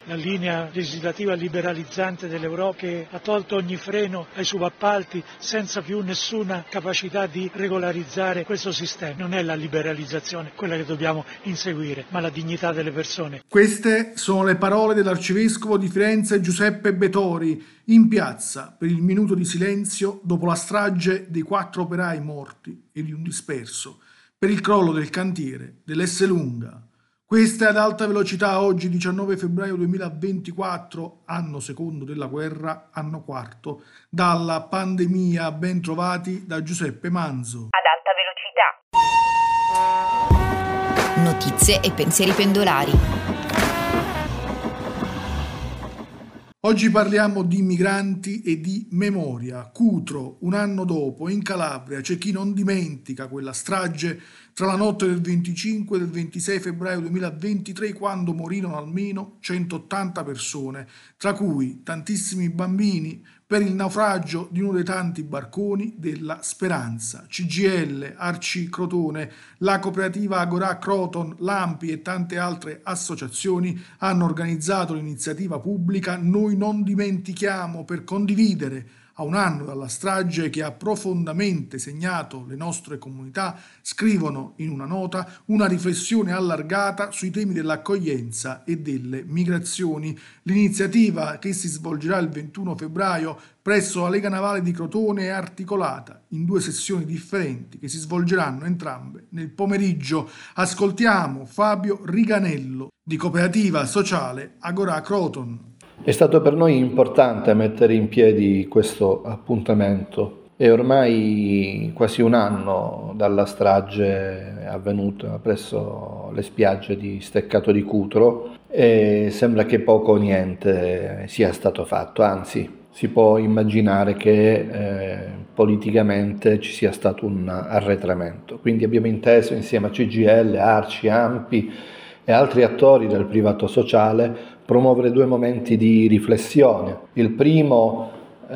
la linea legislativa liberalizzante dell'Europa che ha tolto ogni freno ai subappalti senza più nessuna capacità di regolarizzare questo sistema. Non è la liberalizzazione quella che dobbiamo inseguire, ma la dignità delle persone. Queste sono le parole dell'arcivescovo di Firenze Giuseppe Betori in piazza per il minuto di silenzio dopo la strage dei 4 operai morti e di un disperso per il crollo del cantiere dell'Esselunga. Questa è Ad alta velocità, oggi 19 febbraio 2024, anno secondo della guerra, anno quarto, dalla pandemia. Ben trovati da Giuseppe Manzo. Ad alta velocità. Notizie e pensieri pendolari. Oggi parliamo di migranti e di memoria. Cutro, un anno dopo, in Calabria, c'è chi non dimentica quella strage tra la notte del 25 e del 26 febbraio 2023, quando morirono almeno 180 persone, tra cui tantissimi bambini, per il naufragio di uno dei tanti barconi della Speranza. CGIL, Arci Crotone, la cooperativa Agorà Croton, l'AMPI e tante altre associazioni hanno organizzato l'iniziativa pubblica Noi non dimentichiamo, per condividere, a un anno dalla strage che ha profondamente segnato le nostre comunità, scrivono in una nota, una riflessione allargata sui temi dell'accoglienza e delle migrazioni. L'iniziativa, che si svolgerà il 21 febbraio presso la Lega Navale di Crotone, è articolata in 2 sessioni differenti che si svolgeranno entrambe nel pomeriggio. Ascoltiamo Fabio Riganello di Cooperativa Sociale Agorà Croton. È stato per noi importante mettere in piedi questo appuntamento. È ormai quasi un anno dalla strage avvenuta presso le spiagge di Steccato di Cutro e sembra che poco o niente sia stato fatto, anzi si può immaginare che politicamente ci sia stato un arretramento. Quindi abbiamo inteso insieme a CGIL, Arci, AMPI e altri attori del privato sociale promuovere 2 momenti di riflessione. Il primo,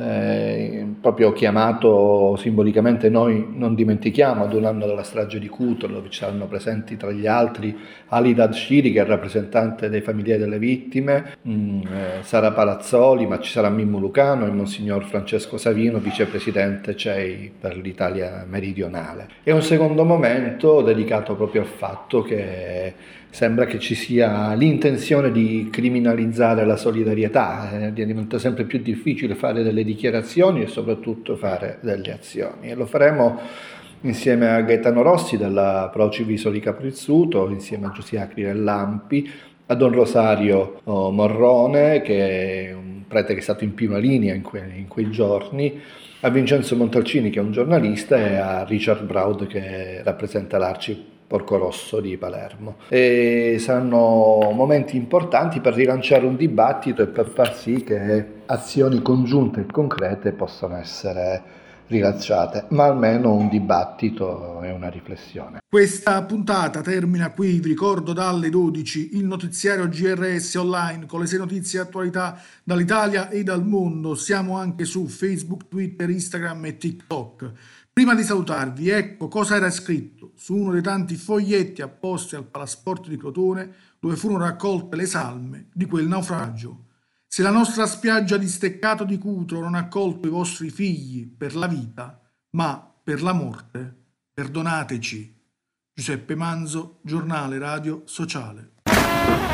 proprio chiamato simbolicamente Noi non dimentichiamo, ad un anno dalla strage di Cutro, dove ci saranno presenti tra gli altri Alida Shiri, che è il rappresentante dei familiari delle vittime, Sara Palazzoli, ma ci sarà Mimmo Lucano e Monsignor Francesco Savino, vicepresidente CEI per l'Italia meridionale. E un secondo momento dedicato proprio al fatto che sembra che ci sia l'intenzione di criminalizzare la solidarietà, diventa sempre più difficile fare delle dichiarazioni e soprattutto fare delle azioni. E lo faremo insieme a Gaetano Rossi della Pro Civisoli Caprizzuto, insieme a Giuseppe Acri dell'AMPI, a Don Rosario Morrone, che è un prete che è stato in prima linea in quei giorni, a Vincenzo Montalcini, che è un giornalista, e a Richard Braud, che rappresenta l'Arci Porcorosso di Palermo. E saranno momenti importanti per rilanciare un dibattito e per far sì che azioni congiunte e concrete possano essere rilanciate, ma almeno un dibattito e una riflessione. Questa puntata termina qui, vi ricordo dalle 12 il notiziario GRS online con le 6 notizie e attualità dall'Italia e dal mondo. Siamo anche su Facebook, Twitter, Instagram e TikTok. Prima di salutarvi, ecco cosa era scritto su uno dei tanti foglietti apposti al Palasport di Crotone, dove furono raccolte le salme di quel naufragio. Se la nostra spiaggia di Steccato di Cutro non ha accolto i vostri figli per la vita, ma per la morte, perdonateci. Giuseppe Manzo, Giornale Radio Sociale.